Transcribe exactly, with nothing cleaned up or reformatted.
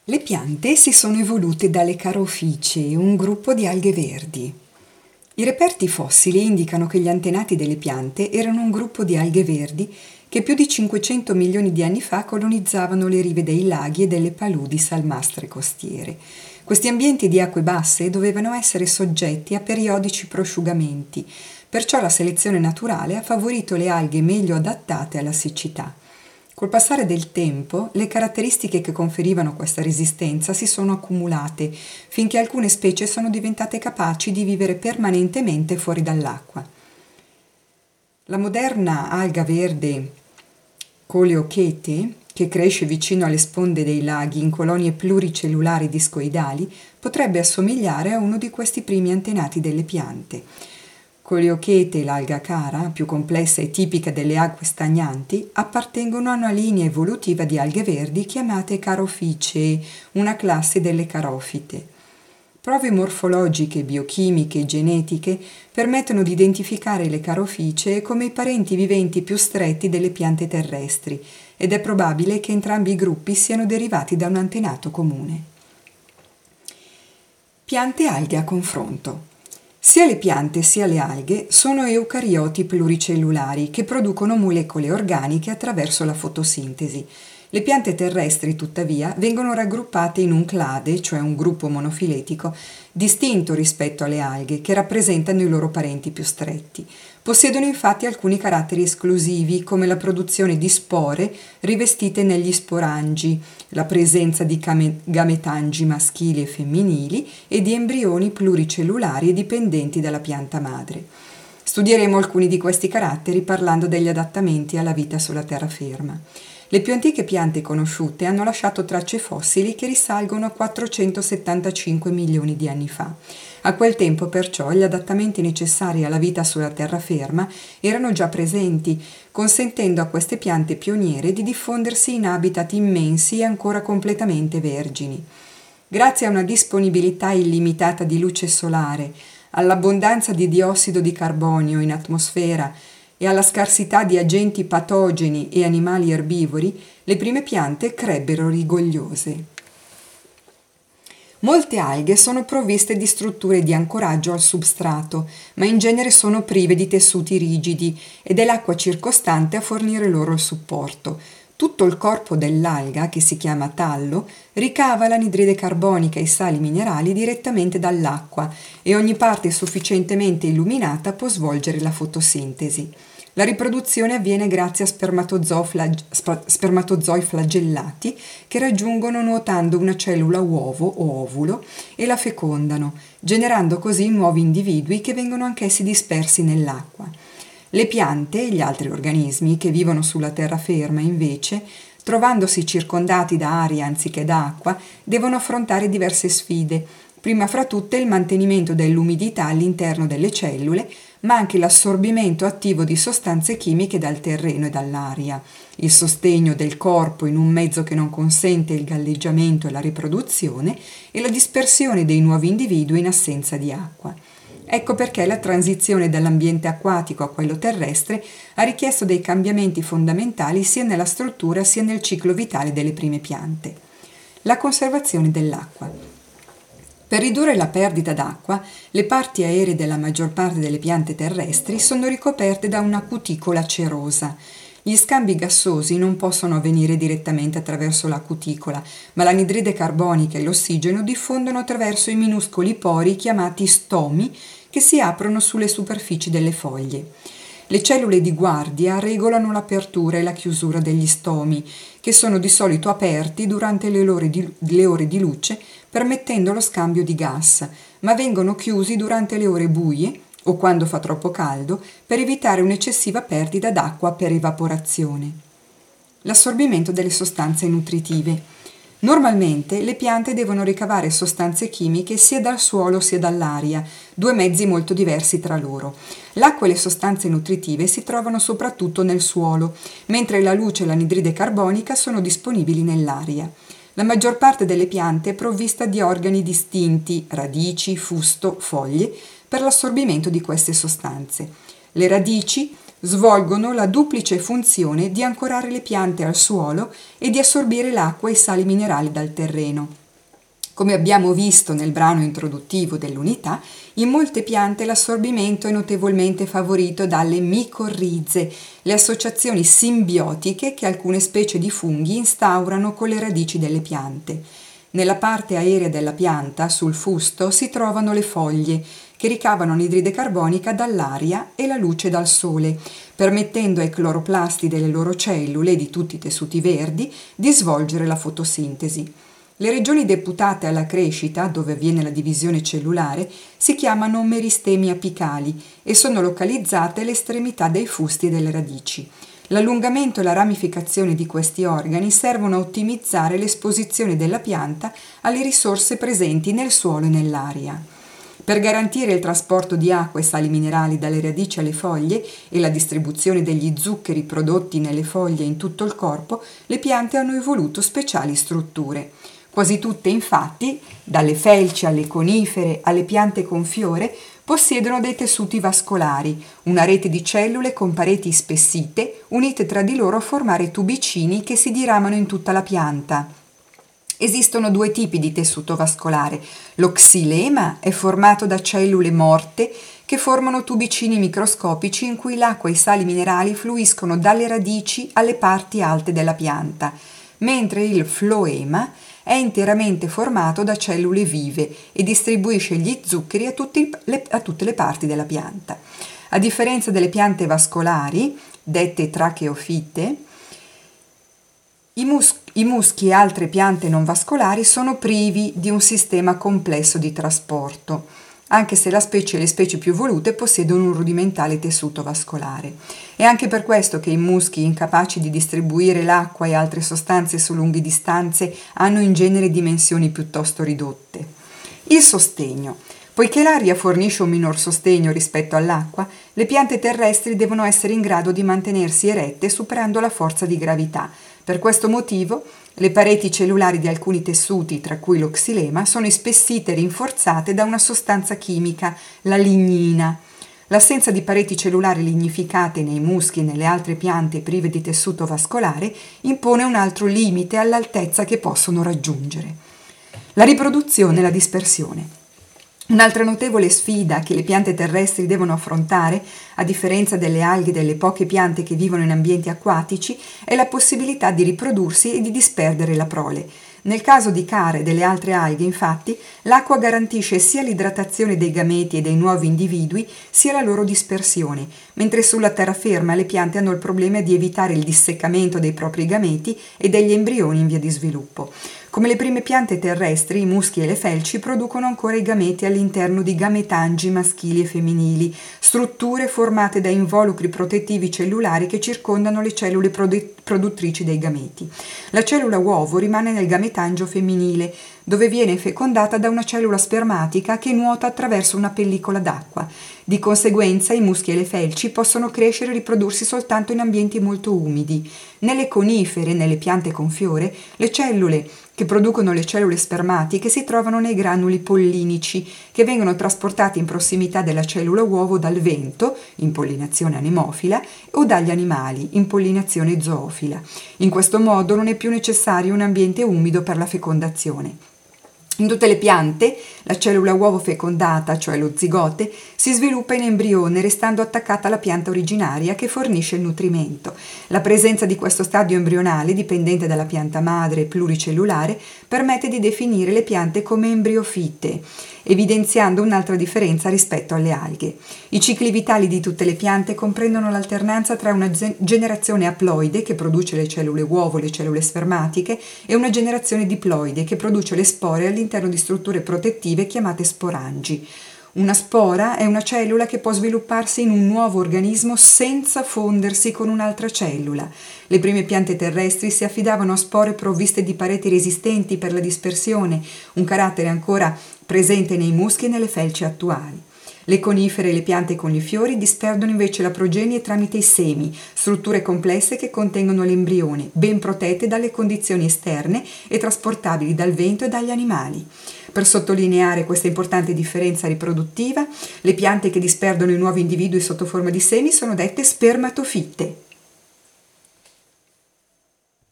Le piante si sono evolute dalle caroficie, un gruppo di alghe verdi. I reperti fossili indicano che gli antenati delle piante erano un gruppo di alghe verdi che più di cinquecento milioni di anni fa colonizzavano le rive dei laghi e delle paludi salmastre costiere. Questi ambienti di acque basse dovevano essere soggetti a periodici prosciugamenti, perciò la selezione naturale ha favorito le alghe meglio adattate alla siccità. Col passare del tempo, le caratteristiche che conferivano questa resistenza si sono accumulate, finché alcune specie sono diventate capaci di vivere permanentemente fuori dall'acqua. La moderna alga verde Coleochete, che cresce vicino alle sponde dei laghi in colonie pluricellulari discoidali, potrebbe assomigliare a uno di questi primi antenati delle piante. Coleochete, l'alga cara, più complessa e tipica delle acque stagnanti, appartengono a una linea evolutiva di alghe verdi chiamate caroficee, una classe delle carofite. Prove morfologiche, biochimiche e genetiche permettono di identificare le caroficee come i parenti viventi più stretti delle piante terrestri ed è probabile che entrambi i gruppi siano derivati da un antenato comune. Piante alghe a confronto. Sia le piante sia le alghe sono eucarioti pluricellulari che producono molecole organiche attraverso la fotosintesi. Le piante terrestri, tuttavia, vengono raggruppate in un clade, cioè un gruppo monofiletico, distinto rispetto alle alghe, che rappresentano i loro parenti più stretti. Possiedono infatti alcuni caratteri esclusivi, come la produzione di spore rivestite negli sporangi, la presenza di gametangi maschili e femminili e di embrioni pluricellulari e dipendenti dalla pianta madre. Studieremo alcuni di questi caratteri parlando degli adattamenti alla vita sulla terraferma. Le più antiche piante conosciute hanno lasciato tracce fossili che risalgono a quattrocentosettantacinque milioni di anni fa. A quel tempo, perciò, gli adattamenti necessari alla vita sulla terraferma erano già presenti, consentendo a queste piante pioniere di diffondersi in habitat immensi e ancora completamente vergini. Grazie a una disponibilità illimitata di luce solare, all'abbondanza di diossido di carbonio in atmosfera e alla scarsità di agenti patogeni e animali erbivori, le prime piante crebbero rigogliose. Molte alghe sono provviste di strutture di ancoraggio al substrato, ma in genere sono prive di tessuti rigidi ed è l'acqua circostante a fornire loro il supporto. Tutto il corpo dell'alga, che si chiama tallo, ricava l'anidride carbonica e i sali minerali direttamente dall'acqua e ogni parte sufficientemente illuminata può svolgere la fotosintesi. La riproduzione avviene grazie a spermatozoi, flag- spermatozoi flagellati che raggiungono nuotando una cellula uovo o ovulo e la fecondano, generando così nuovi individui che vengono anch'essi dispersi nell'acqua. Le piante e gli altri organismi che vivono sulla terraferma, invece, trovandosi circondati da aria anziché da acqua, devono affrontare diverse sfide, prima fra tutte il mantenimento dell'umidità all'interno delle cellule, ma anche l'assorbimento attivo di sostanze chimiche dal terreno e dall'aria, il sostegno del corpo in un mezzo che non consente il galleggiamento e la riproduzione e la dispersione dei nuovi individui in assenza di acqua. Ecco perché la transizione dall'ambiente acquatico a quello terrestre ha richiesto dei cambiamenti fondamentali sia nella struttura sia nel ciclo vitale delle prime piante. La conservazione dell'acqua. Per ridurre la perdita d'acqua, le parti aeree della maggior parte delle piante terrestri sono ricoperte da una cuticola cerosa. Gli scambi gassosi non possono avvenire direttamente attraverso la cuticola, ma l'anidride carbonica e l'ossigeno diffondono attraverso i minuscoli pori chiamati stomi che si aprono sulle superfici delle foglie. Le cellule di guardia regolano l'apertura e la chiusura degli stomi, che sono di solito aperti durante le ore di, le ore di luce, permettendo lo scambio di gas, ma vengono chiusi durante le ore buie o quando fa troppo caldo per evitare un'eccessiva perdita d'acqua per evaporazione. L'assorbimento delle sostanze nutritive. Normalmente le piante devono ricavare sostanze chimiche sia dal suolo sia dall'aria, due mezzi molto diversi tra loro. L'acqua e le sostanze nutritive si trovano soprattutto nel suolo, mentre la luce e l'anidride carbonica sono disponibili nell'aria. La maggior parte delle piante è provvista di organi distinti, radici, fusto, foglie, per l'assorbimento di queste sostanze. Le radici Svolgono la duplice funzione di ancorare le piante al suolo e di assorbire l'acqua e i sali minerali dal terreno. Come abbiamo visto nel brano introduttivo dell'unità, in molte piante l'assorbimento è notevolmente favorito dalle micorrize, le associazioni simbiotiche che alcune specie di funghi instaurano con le radici delle piante. Nella parte aerea della pianta, sul fusto, si trovano le foglie, che ricavano anidride carbonica dall'aria e la luce dal sole, permettendo ai cloroplasti delle loro cellule e di tutti i tessuti verdi di svolgere la fotosintesi. Le regioni deputate alla crescita, dove avviene la divisione cellulare, si chiamano meristemi apicali e sono localizzate alle estremità dei fusti e delle radici. L'allungamento e la ramificazione di questi organi servono a ottimizzare l'esposizione della pianta alle risorse presenti nel suolo e nell'aria. Per garantire il trasporto di acqua e sali minerali dalle radici alle foglie e la distribuzione degli zuccheri prodotti nelle foglie in tutto il corpo, le piante hanno evoluto speciali strutture. Quasi tutte, infatti, dalle felci alle conifere alle piante con fiore, possiedono dei tessuti vascolari, una rete di cellule con pareti ispessite, unite tra di loro a formare tubicini che si diramano in tutta la pianta. Esistono due tipi di tessuto vascolare. Lo xilema è formato da cellule morte che formano tubicini microscopici in cui l'acqua e i sali minerali fluiscono dalle radici alle parti alte della pianta, mentre il floema è interamente formato da cellule vive e distribuisce gli zuccheri a, tutti le, a tutte le parti della pianta. A differenza delle piante vascolari, dette tracheofite, i, mus- i muschi e altre piante non vascolari sono privi di un sistema complesso di trasporto, anche se la specie e le specie più evolute possiedono un rudimentale tessuto vascolare. È anche per questo che i muschi, incapaci di distribuire l'acqua e altre sostanze su lunghe distanze, hanno in genere dimensioni piuttosto ridotte. Il sostegno. Poiché l'aria fornisce un minor sostegno rispetto all'acqua, le piante terrestri devono essere in grado di mantenersi erette superando la forza di gravità. Per questo motivo, le pareti cellulari di alcuni tessuti, tra cui lo xilema, sono ispessite e rinforzate da una sostanza chimica, la lignina. L'assenza di pareti cellulari lignificate nei muschi e nelle altre piante prive di tessuto vascolare impone un altro limite all'altezza che possono raggiungere. La riproduzione e la dispersione. Un'altra notevole sfida che le piante terrestri devono affrontare, a differenza delle alghe e delle poche piante che vivono in ambienti acquatici, è la possibilità di riprodursi e di disperdere la prole. Nel caso di care e delle altre alghe, infatti, l'acqua garantisce sia l'idratazione dei gameti e dei nuovi individui, sia la loro dispersione, mentre sulla terraferma le piante hanno il problema di evitare il disseccamento dei propri gameti e degli embrioni in via di sviluppo. Come le prime piante terrestri, i muschi e le felci producono ancora i gameti all'interno di gametangi maschili e femminili, strutture formate da involucri protettivi cellulari che circondano le cellule produ- produttrici dei gameti. La cellula uovo rimane nel gametangio femminile, dove viene fecondata da una cellula spermatica che nuota attraverso una pellicola d'acqua. Di conseguenza i muschi e le felci possono crescere e riprodursi soltanto in ambienti molto umidi. Nelle conifere e nelle piante con fiore, le cellule che producono le cellule spermatiche si trovano nei granuli pollinici, che vengono trasportati in prossimità della cellula uovo dal vento, in pollinazione anemofila, o dagli animali, in pollinazione zoofila. In questo modo non è più necessario un ambiente umido per la fecondazione. In tutte le piante, la cellula uovo fecondata, cioè lo zigote, si sviluppa in embrione restando attaccata alla pianta originaria che fornisce il nutrimento. La presenza di questo stadio embrionale, dipendente dalla pianta madre e pluricellulare, permette di definire le piante come embriofite, evidenziando un'altra differenza rispetto alle alghe. I cicli vitali di tutte le piante comprendono l'alternanza tra una generazione aploide, che produce le cellule uovo, le cellule spermatiche, e una generazione diploide, che produce le spore all'interno di strutture protettive chiamate sporangi. Una spora è una cellula che può svilupparsi in un nuovo organismo senza fondersi con un'altra cellula. Le prime piante terrestri si affidavano a spore provviste di pareti resistenti per la dispersione, un carattere ancora presente nei muschi e nelle felci attuali. Le conifere e le piante con i fiori disperdono invece la progenie tramite i semi, strutture complesse che contengono l'embrione, ben protette dalle condizioni esterne e trasportabili dal vento e dagli animali. Per sottolineare questa importante differenza riproduttiva, le piante che disperdono i nuovi individui sotto forma di semi sono dette spermatofitte.